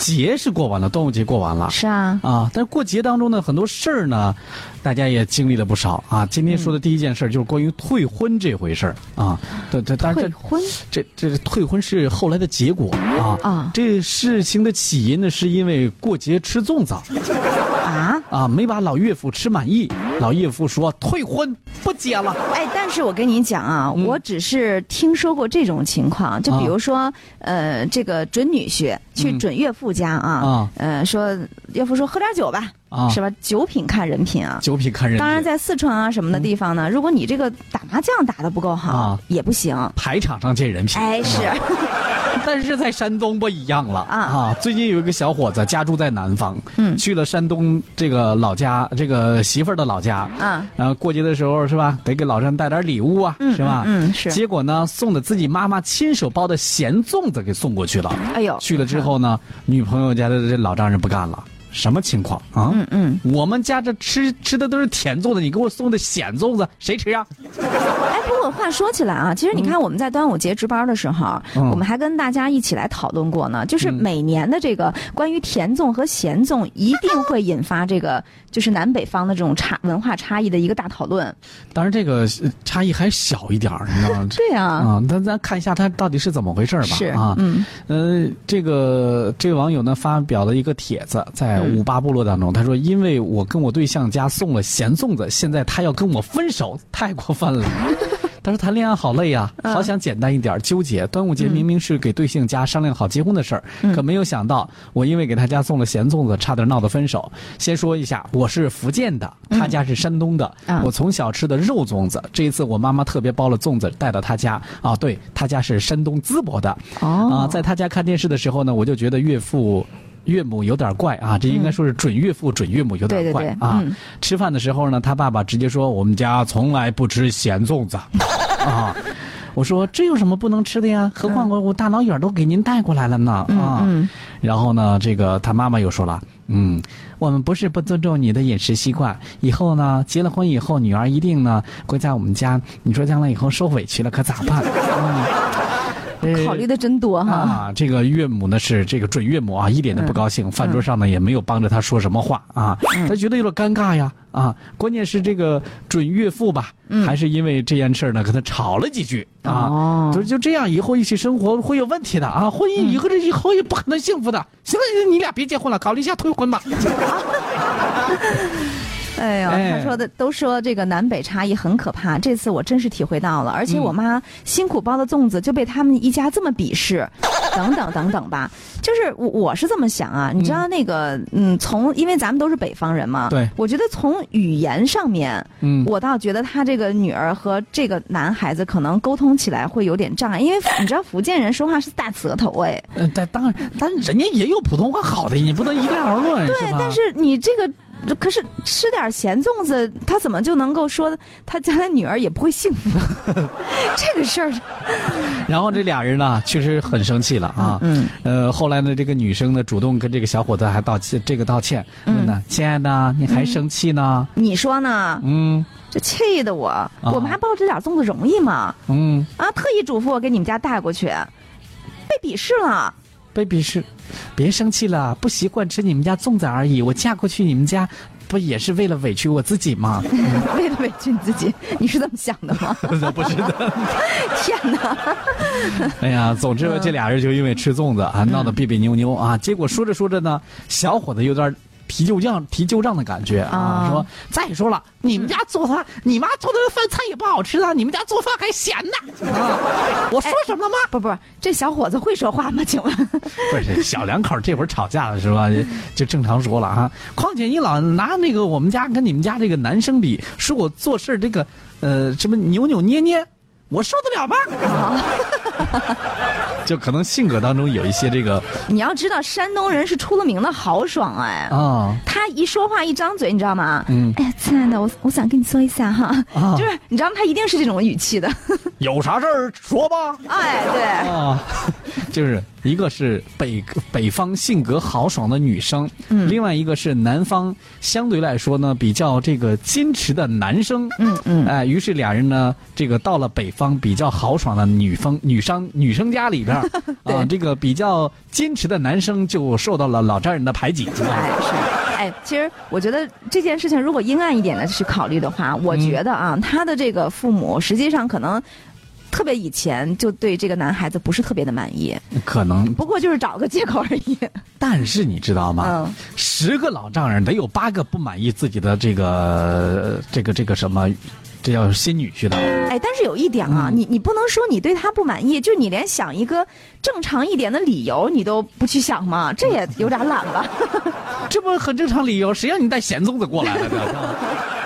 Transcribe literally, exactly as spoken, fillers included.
节是过完了，端午节过完了， 是啊， 啊，但是过节当中呢，很多事儿呢，大家也经历了不少啊。今天说的第一件事就是关于退婚这回事儿啊。对对，但是退婚， 这这这退婚是后来的结果啊。 啊， 这事情的起因呢，是因为过节吃粽子。 啊啊，没把老岳父吃满意，老岳父说退婚不结了。 哎，但是我跟你讲啊， 嗯、 我只是听说过这种情况，就比如说，啊、呃，这个准女婿去准岳父家啊， 啊呃，说岳父说喝点酒吧。啊，是吧？酒品看人品啊， 酒品看人品。 当然，在四川啊什么的地方呢，嗯、如果你这个打麻将打得不够好，啊、也不行。 牌场上见人品。 哎，是。 但是在山东不一样了啊！啊，最近有一个小伙子家住在南方，嗯，去了山东这个老家，这个媳妇儿的老家，啊，然后过节的时候是吧，得给老丈带点礼物啊， 嗯、 是吧？ 嗯，是。 结果呢，送的自己妈妈亲手包的咸粽子给送过去了。 哎呦， 去了之后呢，女朋友家的这老丈人不干了。什么情况啊？ 嗯嗯， 我们家这吃吃的都是甜粽子，你给我送的咸粽子，谁吃啊？ 哎，不过话说起来啊，其实你看我们在端午节值班的时候，嗯、我们还跟大家一起来讨论过呢。就是每年的这个关于甜粽和咸粽，一定会引发这个就是南北方的这种差文化差异的一个大讨论。 当然，这个差异还小一点，你知道吗？ 对啊， 啊，咱咱看一下它到底是怎么回事吧。 是啊， 嗯， 呃，这个这位网友呢发表了一个帖子在。五八部落当中，他说：“因为我跟我对象家送了咸粽子，现在他要跟我分手，太过分了。”他说：“谈恋爱好累呀、啊，好想简单一点，纠结。端午节明明是给对象家商量好结婚的事儿，嗯、可没有想到我因为给他家送了咸粽子，差点闹得分手。先说一下，我是福建的，他家是山东的。嗯、我从小吃的肉粽子，这一次我妈妈特别包了粽子带到他家啊，对他家是山东淄博的。 哦， 啊，在他家看电视的时候呢，我就觉得岳父。”岳母有点怪啊，这应该说是准岳父、嗯、准岳母有点怪对对对啊。 嗯、 吃饭的时候呢，他爸爸直接说：“我们家从来不吃咸粽子。”啊，我说这有什么不能吃的呀？何况我我大老远都给您带过来了呢、 嗯、 啊。 嗯、 然后呢，这个他妈妈又说了：“嗯，我们不是不尊重你的饮食习惯，以后呢，结了婚以后，女儿一定呢会在我们家，你说将来以后受委屈了可咋办？”嗯。 考虑的真多哈！ 啊，这个岳母呢是这个准岳母啊，一点都不高兴。嗯、饭桌上呢也没有帮着他说什么话啊，嗯、他觉得有点尴尬呀啊。关键是这个准岳父吧，嗯、还是因为这件事呢跟他吵了几句啊。 哦， 就就这样，以后一起生活会有问题的啊，婚姻以后这以后也不可能幸福的。行了，你俩别结婚了，考虑一下退婚吧。 哎呦，他说的都说这个南北差异很可怕，这次我真是体会到了。而且我妈辛苦包的粽子就被他们一家这么鄙视，等等等等吧。就是我我是这么想啊，你知道那个嗯，从因为咱们都是北方人嘛， 对， 我觉得从语言上面， 嗯， 我倒觉得他这个女儿和这个男孩子可能沟通起来会有点障碍，因为你知道福建人说话是大舌头哎。 嗯，但当然，但人家也有普通话好的，你不能一概而论， 对，但是你这个。可是吃点咸粽子，他怎么就能够说他家的女儿也不会幸福？这个事儿。 然后这俩人呢，确实很生气了啊。嗯。呃，后来呢，这个女生呢，主动跟这个小伙子还道歉，这个道歉，问呢，亲爱的，你还生气呢？ 嗯、你说呢？ 嗯。 这气的我，啊、我们还包这点粽子容易吗？ 嗯。 啊，特意嘱咐我给你们家带过去，被鄙视了。 被鄙视，别生气了，不习惯吃你们家粽子而已。我嫁过去你们家，不也是为了委屈我自己吗？ 为了委屈你自己，你是这么想的吗？ 不是的。 天哪！ 哎呀，总之这俩人就因为吃粽子啊闹得别别扭扭啊，结果说着说着呢，小伙子有点提旧账提旧账的感觉啊，啊说再说了，你们家做饭，嗯、你妈做的饭菜也不好吃啊，你们家做饭还咸呢。啊，我说什么了吗？ 不不，这小伙子会说话吗？请问？ 不是小两口这会儿吵架了是吧？就正常说了啊。况且你老拿那个我们家跟你们家这个男生比，说我做事这个呃什么扭扭捏捏，我受得了吗？就可能性格当中有一些这个， 你要知道山东人是出了名的豪爽哎啊、哦， 他一说话一张嘴，你知道吗？ 嗯， 哎，亲爱的，我我想跟你说一下哈，啊、就是你知道吗？他一定是这种语气的。 有啥事儿说吧。 哎，对啊，就是一个是北北方性格豪爽的女生，嗯，另外一个是南方相对来说呢比较这个矜持的男生， 嗯嗯， 哎、呃，于是俩人呢，这个到了北方比较豪爽的女方女商女生家里边啊、呃，这个比较矜持的男生就受到了老丈人的排挤， 哎是。哎，其实我觉得这件事情如果阴暗一点的去考虑的话，我觉得啊，嗯、他的这个父母实际上可能特别以前就对这个男孩子不是特别的满意， 可能不过就是找个借口而已。 但是你知道吗？嗯，十个老丈人得有八个不满意自己的这个这个这个什么。这叫新女婿的， 哎，但是有一点啊，嗯、你你不能说你对他不满意，就你连想一个正常一点的理由你都不去想吗？这也有点懒吧？ 这不很正常理由？谁让你带咸粽子过来的？